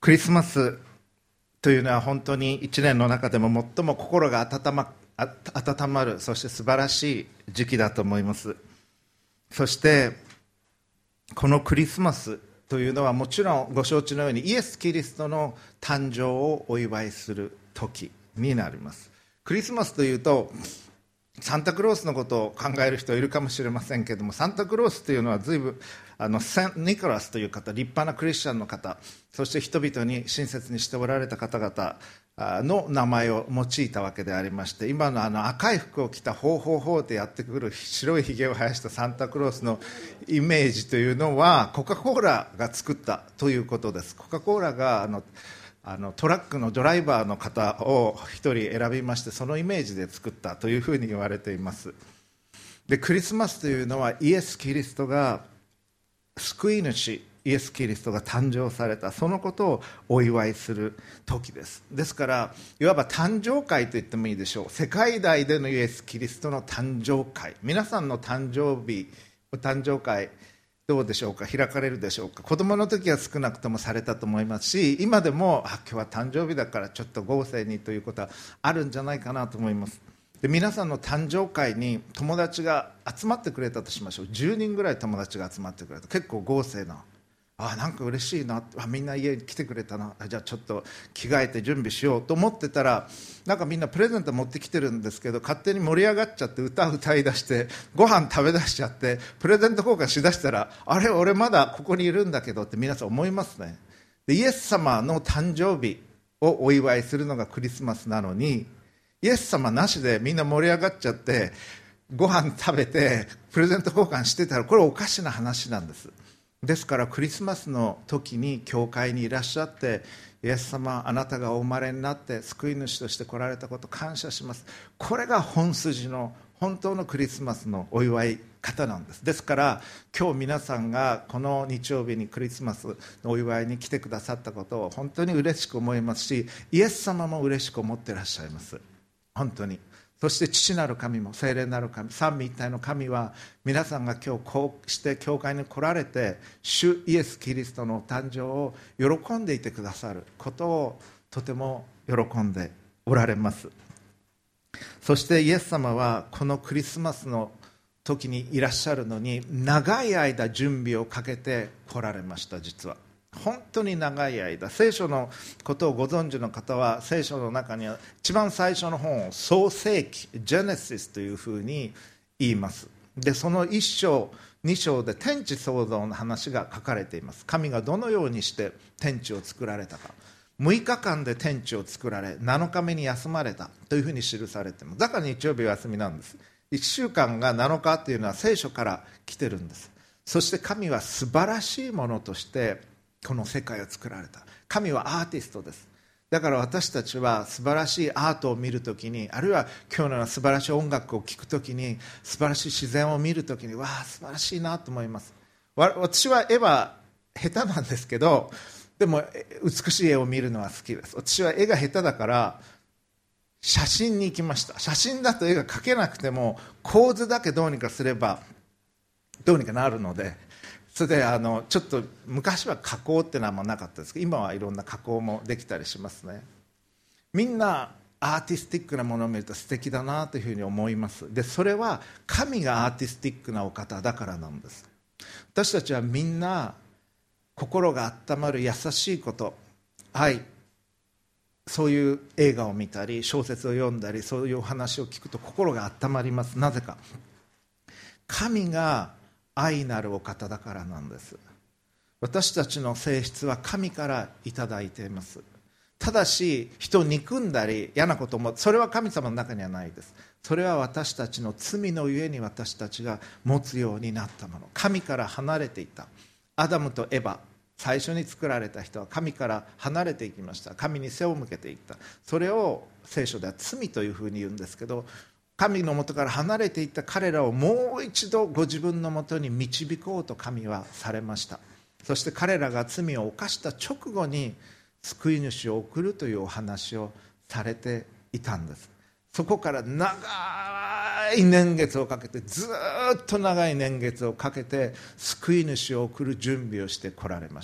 クリスマスというのは本当に一年の中でも最も心が温まる、そして素晴らしい時期だと思います。そしてこのクリスマスというのはもちろんご承知のようにイエス・キリストの誕生をお祝いする時になります。クリスマスというとサンタクロースのことを考える人いるかもしれませんけれども、サンタクロースというのは随分セントニコラスという方、立派なクリスチャンの方、そして人々に親切にしておられた方々の名前を用いたわけでありまして、今の赤い服を着たホーホーホーってやってくる白いひげを生やしたサンタクロースのイメージというのはコカ・コーラが作ったということです。コカ・コーラがトラックのドライバーの方を一人選びまして、そのイメージで作ったというふうに言われています。でクリスマスというのはイエス・キリストが救い主、イエス・キリストが誕生された、そのことをお祝いする時です。ですからいわば誕生会と言ってもいいでしょう。世界大でのイエス・キリストの誕生会、皆さんの誕生日、お誕生会どうでしょうか、開かれるでしょうか。子供の時は少なくともされたと思いますし、今でも今日は誕生日だからちょっと豪勢にということはあるんじゃないかなと思います。で皆さんの誕生会に友達が集まってくれたとしましょう。10人ぐらい友達が集まってくれた、結構豪勢な、なんか嬉しいな、みんな家に来てくれたな、じゃあちょっと着替えて準備しようと思ってたら、なんかみんなプレゼント持ってきてるんですけど、勝手に盛り上がっちゃって歌歌い出してご飯食べ出しちゃってプレゼント交換しだしたら、あれ俺まだここにいるんだけどって皆さん思いますね。でイエス様の誕生日をお祝いするのがクリスマスなのに、イエス様なしでみんな盛り上がっちゃってご飯食べてプレゼント交換してたら、これおかしな話なんです。ですからクリスマスの時に教会にいらっしゃって、イエス様あなたがお生まれになって救い主として来られたこと感謝します、これが本筋の本当のクリスマスのお祝い方なんです。ですから今日皆さんがこの日曜日にクリスマスのお祝いに来てくださったことを本当に嬉しく思いますし、イエス様も嬉しく思っていらっしゃいます、本当に。そして父なる神も聖霊なる神、三位一体の神は皆さんが今日こうして教会に来られて主イエス・キリストの誕生を喜んでいてくださることをとても喜んでおられます。そしてイエス様はこのクリスマスの時にいらっしゃるのに長い間準備をかけて来られました。実は本当に長い間、聖書のことをご存知の方は聖書の中には一番最初の本を創世記、ジェネシスというふうに言います。でその1章2章で天地創造の話が書かれています。神がどのようにして天地を作られたか、6日間で天地を作られ7日目に休まれたというふうに記されています。だから日曜日は休みなんです。1週間が7日というのは聖書から来てるんです。そして神は素晴らしいものとしてこの世界を作られた。神はアーティストです。だから私たちは素晴らしいアートを見るときに、あるいは今日のような素晴らしい音楽を聴くときに、素晴らしい自然を見るときに、わあ素晴らしいなと思います。私は絵は下手なんですけど、でも美しい絵を見るのは好きです。私は絵が下手だから写真に行きました。写真だと絵が描けなくても構図だけどうにかすればどうにかなるので、それでちょっと昔は加工っていうのはあんまなかったですけど、今はいろんな加工もできたりしますね。みんなアーティスティックなものを見ると素敵だなというふうに思います。でそれは神がアーティスティックなお方だからなんです。私たちはみんな心が温まる優しいこと、愛、そういう映画を見たり小説を読んだりそういうお話を聞くと心が温まります。なぜか神が愛なるお方だからなんです。私たちの性質は神からいただいています。ただし人を憎んだり嫌なことも、それは神様の中にはないです。それは私たちの罪のゆえに私たちが持つようになったもの。神から離れていたアダムとエバ、最初に作られた人は神から離れていきました。神に背を向けていった。それを聖書では罪というふうに言うんですけど、神の元から離れていった彼らをもう一度ご自分の元に導こうと神はされました。そして彼らが罪を犯した直後に救い主を送るというお話をされていたんです。そこから長い年月をかけて、ずっと長い年月をかけて救い主を送る準備をしてこられました。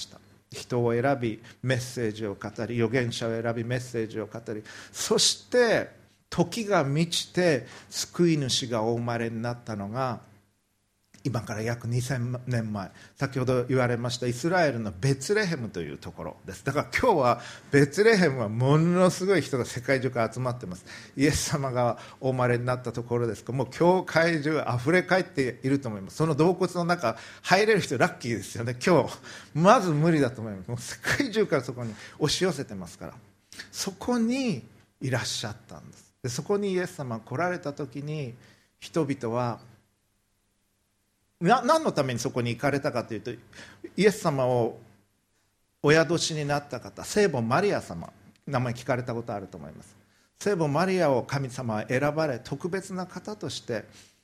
人を選びメッセージを語り、預言者を選びメッセージを語り、そして時が満ちて救い主がお生まれになったのが今から約2000年前、先ほど言われましたイスラエルのベツレヘムというところです。だから今日はベツレヘムはものすごい人が世界中から集まっています。イエス様がお生まれになったところですから、もう教会中あふれ返っていると思います。その洞窟の中入れる人ラッキーですよね。今日まず無理だと思います。もう世界中からそこに押し寄せてますから、そこにいらっしゃったんです。でそこにイエス様が来られた時に、人々は何のためにそこに行かれたかというと、イエス様をお宿しになった方、聖母マリア様、名前聞かれたことあると思います。聖母マリアを神様は選ばれ、特別な方として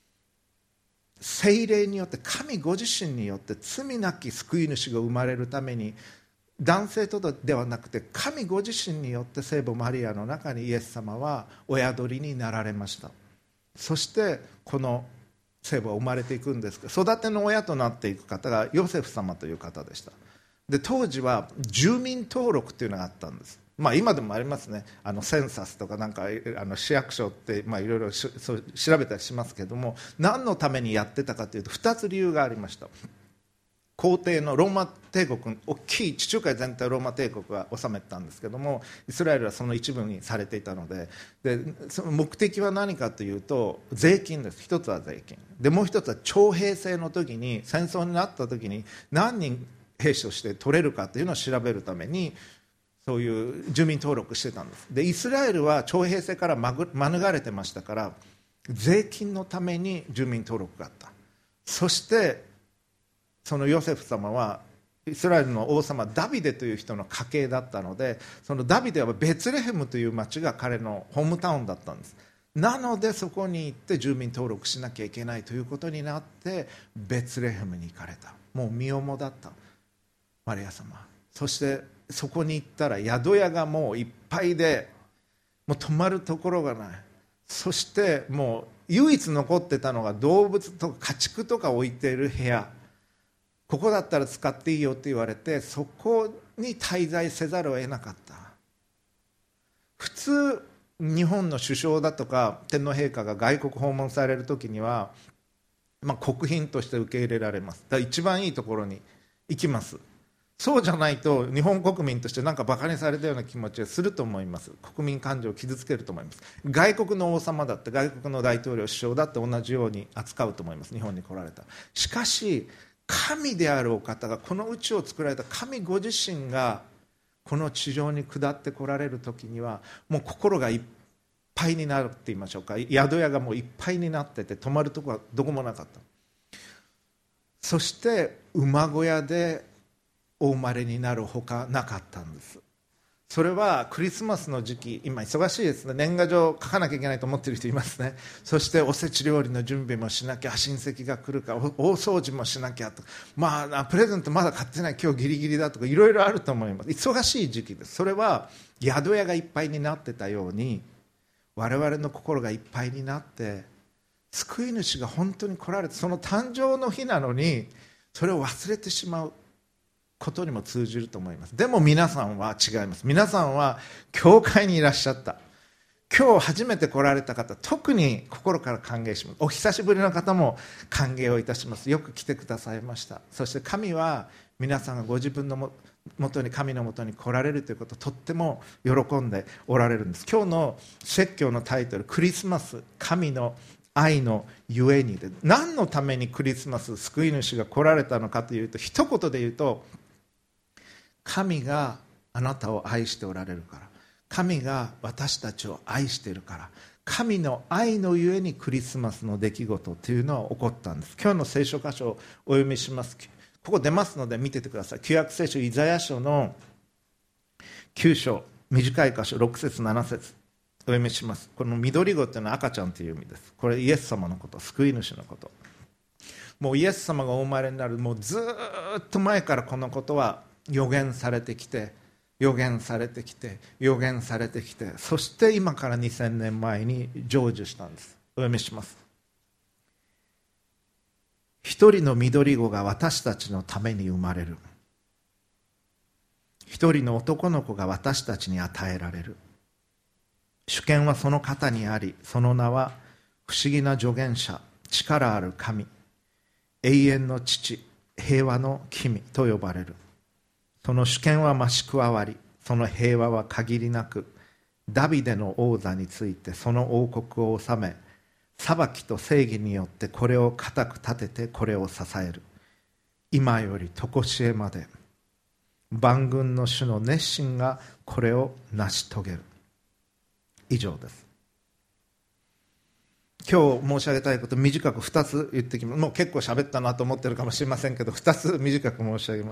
聖霊によって、神ご自身によって罪なき救い主が生まれるために、男性とではなくて神ご自身によって聖母マリアの中にイエス様はお宿りになられました。そしてこの聖母は生まれていくんですけど、育ての親となっていく方がヨセフ様という方でした。で当時は住民登録というのがあったんです。今でもありますね。センサスとかなんか市役所っていろいろ調べたりしますけども、何のためにやってたかというと2つ理由がありました。皇帝のローマ帝国、大きい地中海全体をローマ帝国が治めてたんですけども、イスラエルはその一部にされていたので、その目的は何かというと税金です。一つは税金で、もう一つは徴兵制の時に、戦争になった時に何人兵士として取れるかというのを調べるために、そういう住民登録してたんです。でイスラエルは徴兵制から免れてましたから、税金のために住民登録があった。そしてそのヨセフ様はイスラエルの王様ダビデという人の家系だったので、そのダビデはベツレヘムという町が彼のホームタウンだったんです。なのでそこに行って住民登録しなきゃいけないということになって、ベツレヘムに行かれた。もう身重だったマリア様。そしてそこに行ったら宿屋がもういっぱいで、もう泊まるところがない。そしてもう唯一残ってたのが動物とか家畜とか置いている部屋、ここだったら使っていいよって言われて、そこに滞在せざるを得なかった。普通日本の首相だとか天皇陛下が外国訪問される時には、国賓として受け入れられます。だから一番いいところに行きます。そうじゃないと日本国民としてなんかバカにされたような気持ちがすると思います。国民感情を傷つけると思います。外国の王様だって、外国の大統領、首相だって同じように扱うと思います。日本に来られた。しかし神であるお方が、この宇宙を作られた神ご自身がこの地上に下って来られる時には、もう心がいっぱいになるって言いましょうか、宿屋がもういっぱいになってて、泊まるとこはどこもなかった。そして馬小屋でお生まれになるほかなかったんです。それはクリスマスの時期、今忙しいですね。年賀状書かなきゃいけないと思っている人いますね。そしておせち料理の準備もしなきゃ、親戚が来るから大掃除もしなきゃと、プレゼントまだ買ってない、今日ギリギリだとか、いろいろあると思います。忙しい時期です。それは宿屋がいっぱいになってたように、我々の心がいっぱいになって、救い主が本当に来られて、その誕生の日なのにそれを忘れてしまうことにも通じると思います。でも皆さんは違います。皆さんは教会にいらっしゃった。今日初めて来られた方、特に心から歓迎します。お久しぶりの方も歓迎をいたします。よく来てくださいました。そして神は皆さんがご自分のもとに、神のもとに来られるということをとっても喜んでおられるんです。今日の説教のタイトル、クリスマス、神の愛のゆえにで、何のためにクリスマス、救い主が来られたのかというと、一言で言うと、神があなたを愛しておられるから、神が私たちを愛しているから、神の愛のゆえにクリスマスの出来事というのは起こったんです。今日の聖書箇所をお読みします。ここ出ますので見ててください。旧約聖書イザヤ書の9章、短い箇所、6節7節お読みします。この緑子というのは赤ちゃんという意味です。これイエス様のこと、救い主のこと。もうイエス様がお生まれになる、もうずっと前からこのことは予言されてきて、予言されてきて、予言されてきて、そして今から2000年前に成就したんです。お読みします。一人の緑子が私たちのために生まれる。 一人の男の子が私たちに与えられる。主権はその方にあり、その名は不思議な助言者、力ある神、永遠の父、平和の君と呼ばれる。その主権は増し加わり、その平和は限りなく、ダビデの王座についてその王国を治め、裁きと正義によってこれを固く立ててこれを支える。今より常しえまで、万軍の主の熱心がこれを成し遂げる。以上です。今日申し上げたいこと、短く2つ言ってきます。もう結構喋ったなと思ってるかもしれませんけど、2つ短く申し上げます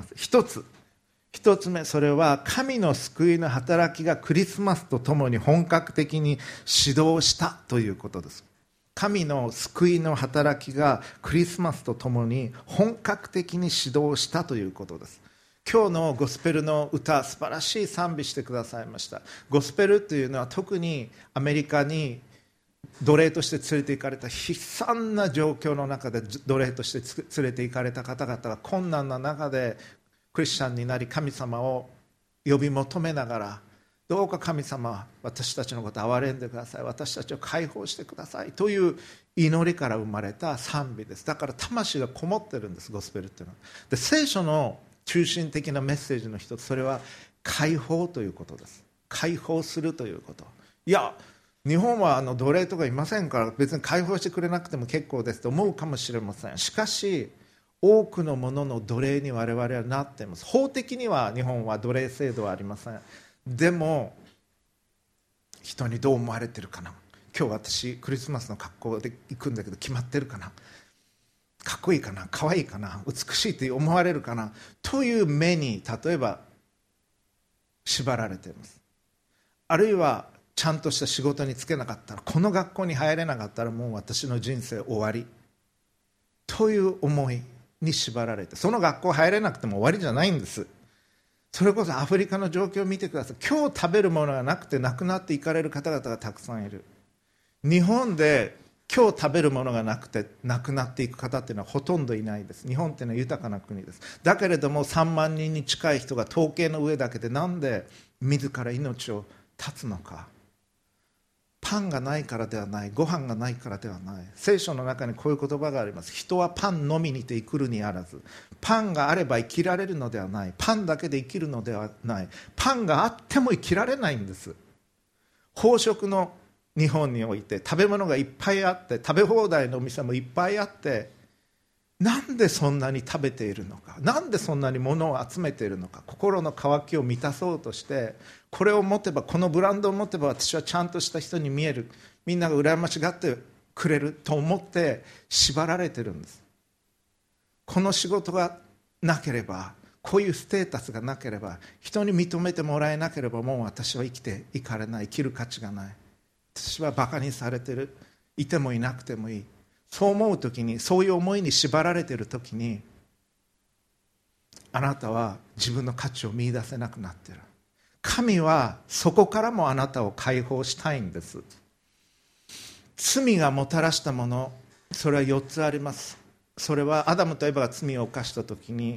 。1つ目、それは神の救いの働きがクリスマスとともに本格的に始動したということです。神の救いの働きがクリスマスとともに本格的に始動したということです。今日のゴスペルの歌、素晴らしい賛美してくださいました。ゴスペルというのは特にアメリカに奴隷として連れて行かれた悲惨な状況の中で奴隷として連れて行かれた方々が困難な中でクリスチャンになり、神様を呼び求めながら、どうか神様、私たちのことを憐れんでください、私たちを解放してくださいという祈りから生まれた賛美です。だから魂がこもってるんです、ゴスペルっていうのは。で、聖書の中心的なメッセージの一つ、それは解放ということです。解放するということ。いや、日本は奴隷とかいませんから別に解放してくれなくても結構ですと思うかもしれません。しかし多くのものの奴隷に我々はなっています。法的には日本は奴隷制度はありません。でも人にどう思われてるかな、今日私クリスマスの格好で行くんだけど決まってるかな、かっこいいかな、かわいいかな、美しいと思われるかなという目に例えば縛られています。あるいはちゃんとした仕事に就けなかったら、この学校に入れなかったらもう私の人生終わりという思いに縛られて、その学校入れなくても終わりじゃないんです。それこそアフリカの状況を見てください。今日食べるものがなくて亡くなっていかれる方々がたくさんいる。日本で今日食べるものがなくて亡くなっていく方っていうのはほとんどいないです。日本っていうのは豊かな国です。だけれども3万人に近い人が統計の上だけでなんで自ら命を絶つのか。パンがないからではない、ご飯がないからではない。聖書の中にこういう言葉があります。人はパンのみにて生くるにあらず、パンがあれば生きられるのではない、パンだけで生きるのではない、パンがあっても生きられないんです。飽食の日本において食べ物がいっぱいあって、食べ放題のお店もいっぱいあって、なんでそんなに食べているのか、なんでそんなに物を集めているのか。心の渇きを満たそうとして、これを持てば、このブランドを持てば私はちゃんとした人に見える、みんなが羨ましがってくれると思って縛られてるんです。この仕事がなければ、こういうステータスがなければ、人に認めてもらえなければ、もう私は生きていかれない、生きる価値がない、私はバカにされてる、いてもいなくてもいい、そう思うときに、そういう思いに縛られているときに、あなたは自分の価値を見出せなくなっている。神はそこからもあなたを解放したいんです。罪がもたらしたもの、それは4つあります。それはアダムとエバが罪を犯したときに、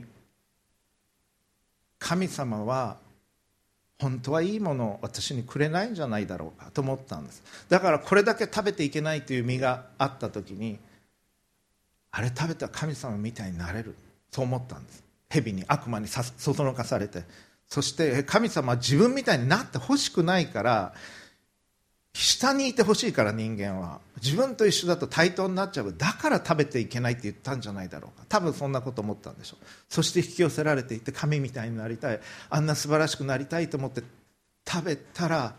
神様は本当はいいものを私にくれないんじゃないだろうかと思ったんです。だからこれだけ食べていけないという身があったときに、あれ食べたら神様みたいになれる、そう思ったんです。蛇に、悪魔にそそのかされて、そして神様は自分みたいになってほしくないから、下にいてほしいから、人間は自分と一緒だと対等になっちゃう、だから食べていけないって言ったんじゃないだろうか。多分そんなこと思ったんでしょう。そして引き寄せられていって、神みたいになりたい、あんな素晴らしくなりたいと思って食べたら、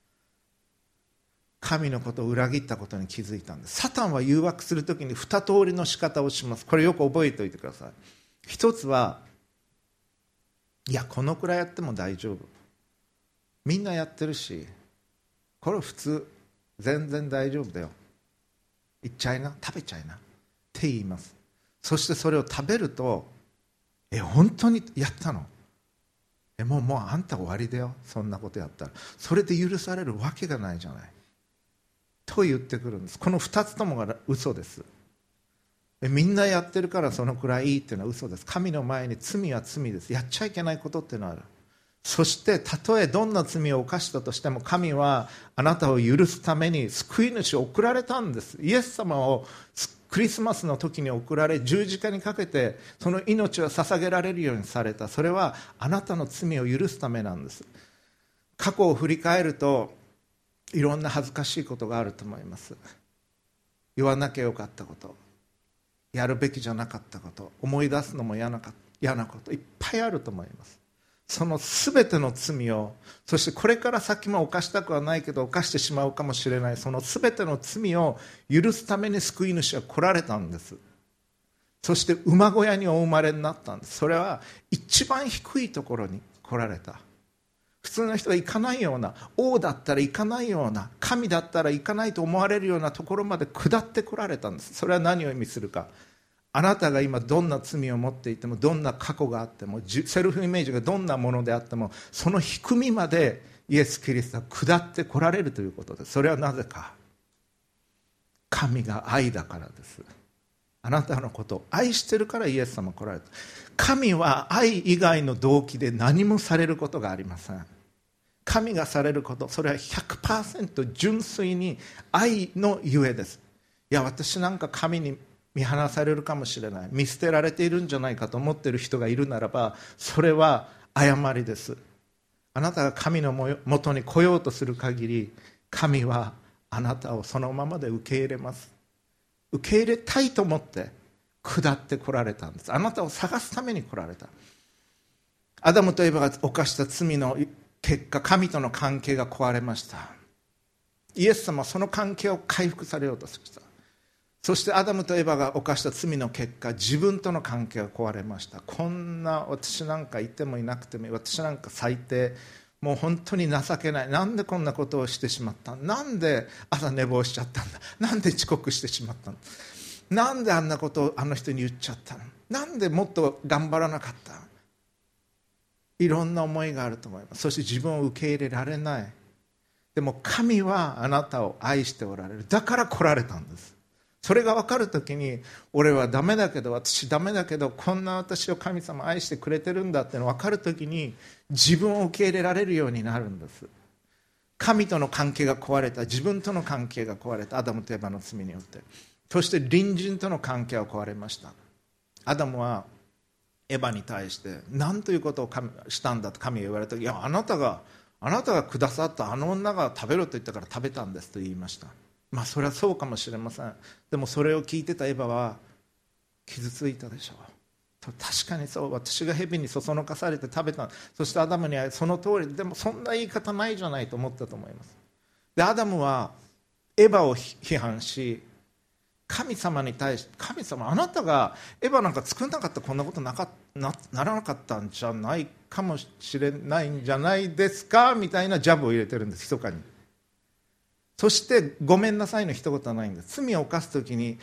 神のことを裏切ったことに気づいたんです。サタンは誘惑するときに2通りの仕方をします。これよく覚えておいてください。一つは、いやこのくらいやっても大丈夫、みんなやってるし、これ普通、全然大丈夫だよ、いっちゃいな、食べちゃいなって言います。そしてそれを食べると、本当にやったの、もうあんた終わりだよ、そんなことやったら、それで許されるわけがないじゃないと言ってくるんです。この2つともが嘘です。みんなやってるからそのくらいいいっていうのは嘘です。神の前に罪は罪です。やっちゃいけないことっていうのはある。 そしてたとえどんな罪を犯したとしても、神はあなたを許すために救い主を送られたんです。イエス様をクリスマスの時に送られ、十字架にかけてその命を捧げられるようにされた。それはあなたの罪を許すためなんです。過去を振り返るといろんな恥ずかしいことがあると思います。言わなきゃよかったこと、やるべきじゃなかったこと、思い出すのも嫌なこといっぱいあると思います。その全ての罪を、そしてこれから先も犯したくはないけど犯してしまうかもしれない、その全ての罪を許すために救い主は来られたんです。そして馬小屋にお生まれになったんです。それは一番低いところに来られた。普通の人が行かないような、王だったら行かないような、神だったら行かないと思われるようなところまで下って来られたんです。それは何を意味するか。あなたが今どんな罪を持っていても、どんな過去があっても、セルフイメージがどんなものであっても、その低みまでイエス・キリストは下って来られるということです。それはなぜか。神が愛だからです。あなたのことを愛してるからイエス様来られた。神は愛以外の動機で何もされることがありません。神がされること、それは 100% 純粋に愛のゆえです。いや、私なんか神に見放されるかもしれない、見捨てられているんじゃないかと思っている人がいるならば、それは誤りです。あなたが神のもとに来ようとする限り、神はあなたをそのままで受け入れます。受け入れたいと思って下って来られたんです。あなたを探すために来られた。アダムとエバが犯した罪の結果、神との関係が壊れました。イエス様はその関係を回復されようとしました。そしてアダムとエバが犯した罪の結果、自分との関係が壊れました。こんな私なんかいてもいなくてもいい、私なんか最低、もう本当に情けない、なんでこんなことをしてしまったんだ、なんで朝寝坊しちゃったんだ、なんで遅刻してしまったんだ、なんであんなことをあの人に言っちゃったの、なんでもっと頑張らなかった、いろんな思いがあると思います。そして自分を受け入れられない。でも神はあなたを愛しておられる。だから来られたんです。それが分かるときに、俺はダメだけど、私ダメだけど、こんな私を神様愛してくれてるんだっての分かるときに、自分を受け入れられるようになるんです。神との関係が壊れた、自分との関係が壊れた、アダムとエバの罪によって。そして隣人との関係が壊れました。アダムはエバに対して、何ということをしたんだと神が言われた。いや、あなたがくださったあの女が食べろと言ったから食べたんですと言いました。まあそれはそうかもしれません。でもそれを聞いてたエバは傷ついたでしょう。確かにそう、私が蛇にそそのかされて食べた。そしてアダムにはその通りでもそんな言い方ないじゃないと思ったと思います。でアダムはエバを批判し、神様に対して、神様あなたがエバなんか作らなかったらこんなことならなかったんじゃないかもしれないんじゃないですかみたいなジャブを入れてるんです、密かに。そしてごめんなさいの一言はないんです。罪を犯すときに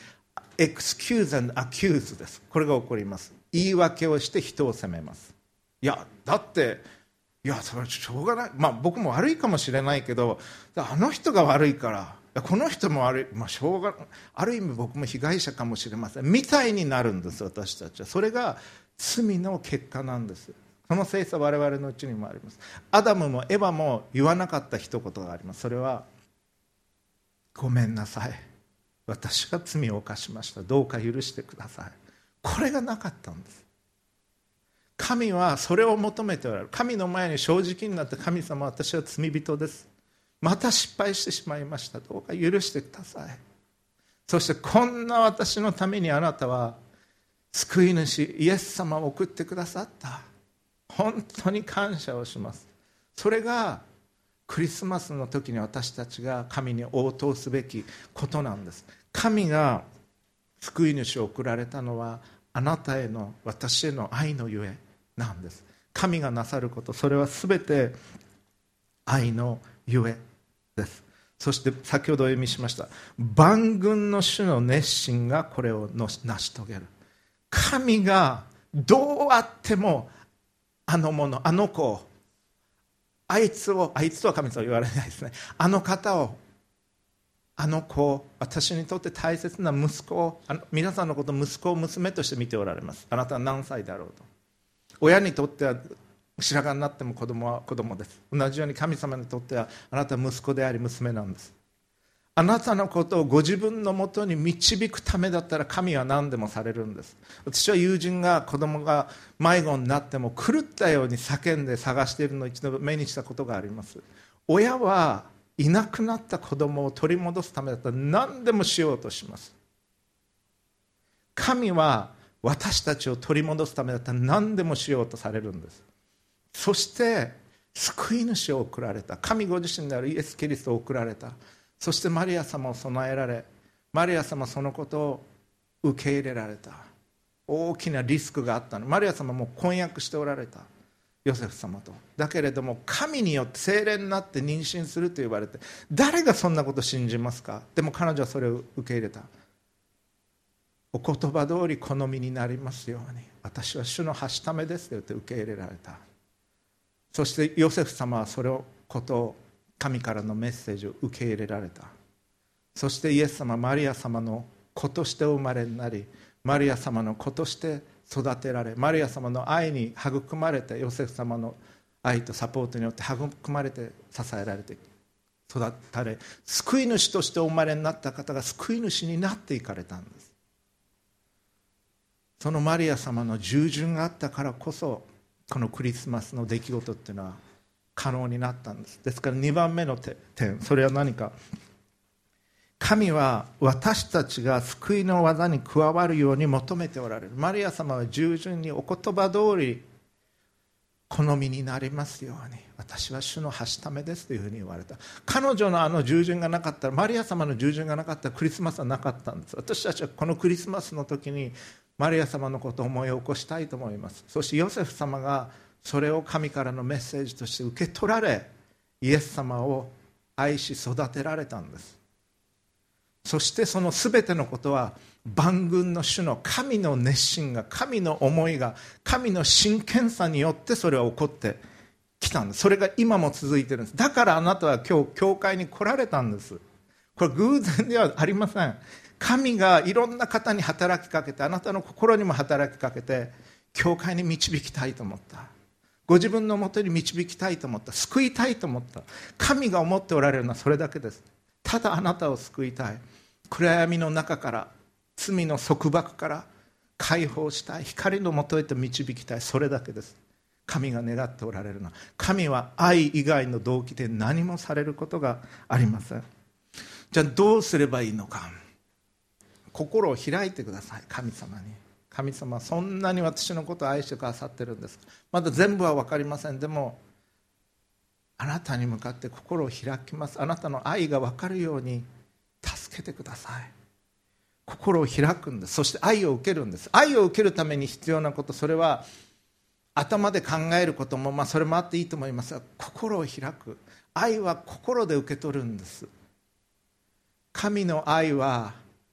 excuse and accuse です。これが起こります。言い訳をして人を責めます。いやだっていやそれはしょうがない、まあ僕も悪いかもしれないけど、あの人が悪いからこの人も悪い、まあ、しょうがある意味僕も被害者かもしれませんみたいになるんです。私たちはそれが罪の結果なんです。その性質は我々のうちにもあります。アダムもエバも言わなかった一言があります。それはごめんなさい、私が罪を犯しました、どうか許してください。これがなかったんです。神はそれを求めておられる。神の前に正直になって、神様私は罪人です、また失敗してしまいました、どうか許してください。そしてこんな私のためにあなたは救い主イエス様を送ってくださった。本当に感謝をします。それがクリスマスの時に私たちが神に応答すべきことなんです。神が救い主を送られたのはあなたへの、私への愛のゆえなんです。神がなさること、それは全て愛のゆえです。そして先ほどお読みしました万軍の主の熱心がこれを成し遂げる。神がどうあってもあの者、あの子を、あいつとは神様は言われないですね。あの方を、あの子を、私にとって大切な息子を、皆さんのことを息子を娘として見ておられます。あなたは何歳であろうと。親にとっては白髪になっても子供は子供です。同じように神様にとってはあなたは息子であり娘なんです。あなたのことをご自分のもとに導くためだったら神は何でもされるんです。私は友人が子供が迷子になっても狂ったように叫んで探しているのを一度目にしたことがあります。親はいなくなった子供を取り戻すためだったら何でもしようとします。神は私たちを取り戻すためだったら何でもしようとされるんです。そして救い主を送られた、神ご自身であるイエス・キリストを送られた。そしてマリア様を備えられ、マリア様はそのことを受け入れられた。大きなリスクがあったの。マリア様も婚約しておられた、ヨセフ様と。だけれども神によって聖霊になって妊娠すると言われて、誰がそんなことを信じますか。でも彼女はそれを受け入れた。お言葉通り好みになりますように、私は主のはしためですと言って受け入れられた。そしてヨセフ様はそれをことを神からのメッセージを受け入れられた。そしてイエス様、マリア様の子としてお生まれになり、マリア様の子として育てられ、マリア様の愛に育まれて、ヨセフ様の愛とサポートによって育まれて、支えられて育たれ、救い主としてお生まれになった方が救い主になっていかれたんです。そのマリア様の従順があったからこそ、このクリスマスの出来事っていうのは可能になったんです。ですから2番目の点、それは何か。神は私たちが救いの技に加わるように求めておられる。マリア様は従順にお言葉通り好みになりますように、私は主のはしためですというふうに言われた。彼女のあの従順がなかったら、マリア様の従順がなかったらクリスマスはなかったんです。私たちはこのクリスマスの時にマリア様のことを思い起こしたいと思います。そしてヨセフ様がそれを神からのメッセージとして受け取られ、イエス様を愛し育てられたんです。そしてその全てのことは万軍の主の神の熱心が、神の思いが、神の真剣さによってそれは起こってきたんです。それが今も続いているんです。だからあなたは今日教会に来られたんです。これ偶然ではありません。神がいろんな方に働きかけて、あなたの心にも働きかけて、教会に導きたいと思った。ご自分のもとに導きたいと思った。救いたいと思った。神が思っておられるのはそれだけです。ただあなたを救いたい。暗闇の中から、罪の束縛から解放したい。光のもとへと導きたい。それだけです。神が願っておられるのは、神は愛以外の動機で何もされることがありません。じゃあどうすればいいのか。心を開いてください。神様に。神様はそんなに私のことを愛してくださってるんです。まだ全部は分かりません。でもあなたに向かって心を開きます。あなたの愛が分かるように助けてください。心を開くんです。そして愛を受けるんです。愛を受けるために必要なこと、それは頭で考えることも、それもあっていいと思いますが、心を開く。愛は心で受け取るんです。神の愛は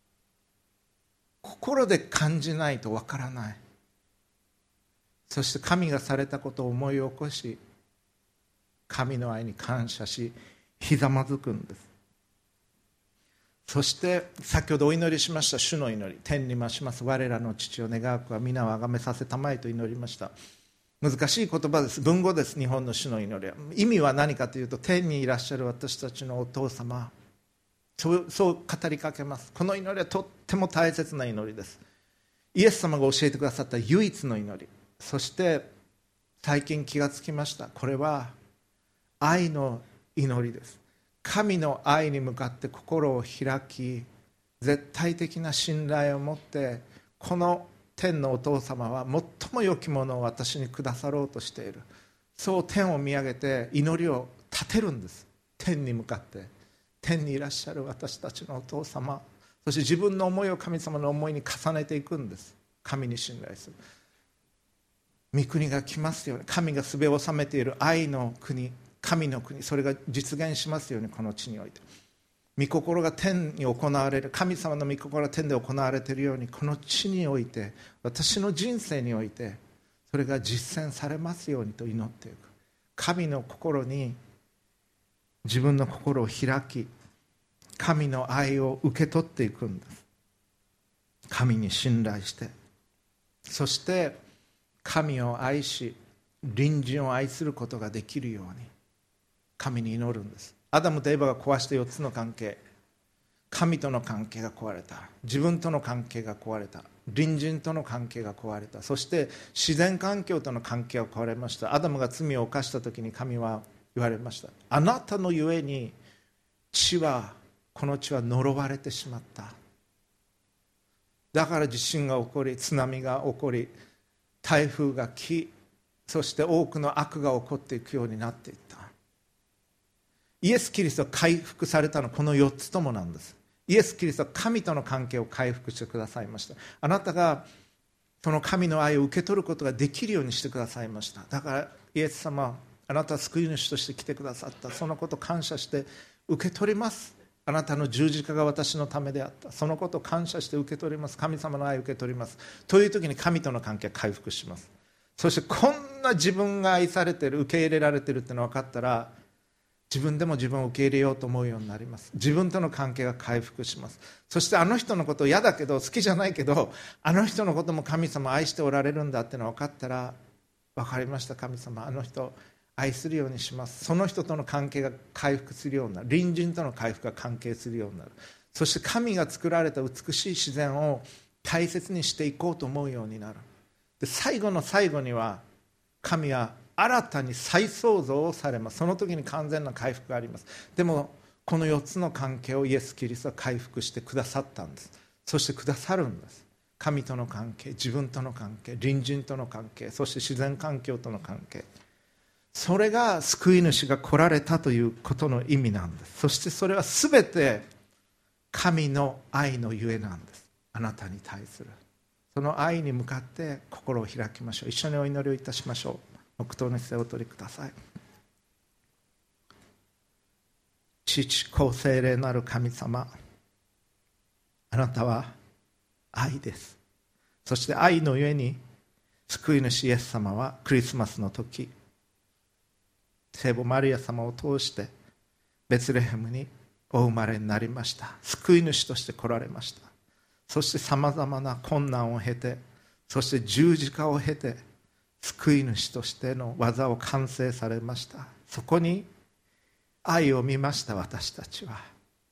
心で感じないとわからない。そして神がされたことを思い起こし、神の愛に感謝し、ひざまずくんです。そして先ほどお祈りしました主の祈り、天に増します我らの父を願わくは皆をあがめさせたまえと祈りました。難しい言葉です。文語です。日本の主の祈りは。意味は何かというと、天にいらっしゃる私たちのお父様、そう語りかけます。この祈りはとっても大切な祈りです。イエス様が教えてくださった唯一の祈り。そして最近気がつきました。これは愛の祈りです。神の愛に向かって心を開き、絶対的な信頼を持って、この天のお父様は最も良きものを私にくださろうとしている。そう天を見上げて祈りを立てるんです。天に向かって、天にいらっしゃる私たちのお父様、そして自分の思いを神様の思いに重ねていくんです。神に信頼する。御国が来ますように、神がすべを治めている愛の国、神の国、それが実現しますように、この地において御心が天に行われる、神様の御心が天で行われているように、この地において、私の人生においてそれが実践されますようにと祈っていく。神の心に自分の心を開き、神の愛を受け取っていくんです。神に信頼して、そして神を愛し、 隣人を愛することができるように神に祈るんです。アダムとエバが壊した4つの関係、神との関係が壊れた、自分との関係が壊れた、隣人との関係が壊れた、そして自然環境との関係が壊れました。アダムが罪を犯した時に神は言われました。あなたのゆえにこの地は呪われてしまった。だから地震が起こり、津波が起こり、台風が来、そして多くの悪が起こっていくようになっていった。イエス・キリストが回復されたのはこの4つともなんです。イエス・キリストは神との関係を回復してくださいました。あなたがその神の愛を受け取ることができるようにしてくださいました。だからイエス様、あなたは救い主として来てくださった。そのことを感謝して受け取ります。あなたの十字架が私のためであった。そのことを感謝して受け取ります。神様の愛を受け取ります。という時に神との関係が回復します。そしてこんな自分が愛されている、受け入れられているというのが分かったら、自分でも自分を受け入れようと思うようになります。自分との関係が回復します。そしてあの人のこと嫌だけど、好きじゃないけど、あの人のことも神様愛しておられるんだっていうのが分かったら、分かりました、神様あの人愛するようにします。その人との関係が回復するようになる。隣人との回復が関係するようになる。そして神が作られた美しい自然を大切にしていこうと思うようになる。で、最後の最後には神は新たに再創造をされます。その時に完全な回復があります。でもこの4つの関係をイエス・キリストは回復してくださったんです。そしてくださるんです。神との関係、自分との関係、隣人との関係、そして自然環境との関係、それが救い主が来られたということの意味なんです。そしてそれは全て神の愛のゆえなんです。あなたに対するその愛に向かって心を開きましょう。一緒にお祈りをいたしましょう。黙祷の姿勢をお取りください。父子聖霊なる神様、あなたは愛です。そして愛のゆえに救い主イエス様はクリスマスの時、聖母マリア様を通してベツレヘムにお生まれになりました。救い主として来られました。そしてさまざまな困難を経て、そして十字架を経て救い主としての技を完成されました。そこに愛を見ました。私たちは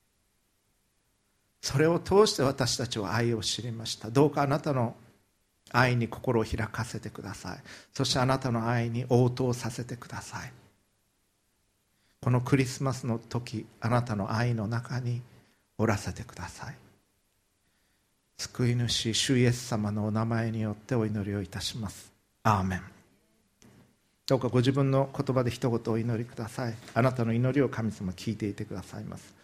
それを通して私たちは愛を知りました。どうかあなたの愛に心を開かせてください。そしてあなたの愛に応答させてください。このクリスマスの時、あなたの愛の中におらせてください。救い主主イエス様のお名前によってお祈りをいたします。アーメン。どうかご自分の言葉で一言お祈りください。あなたの祈りを神様聞いていてくださいます。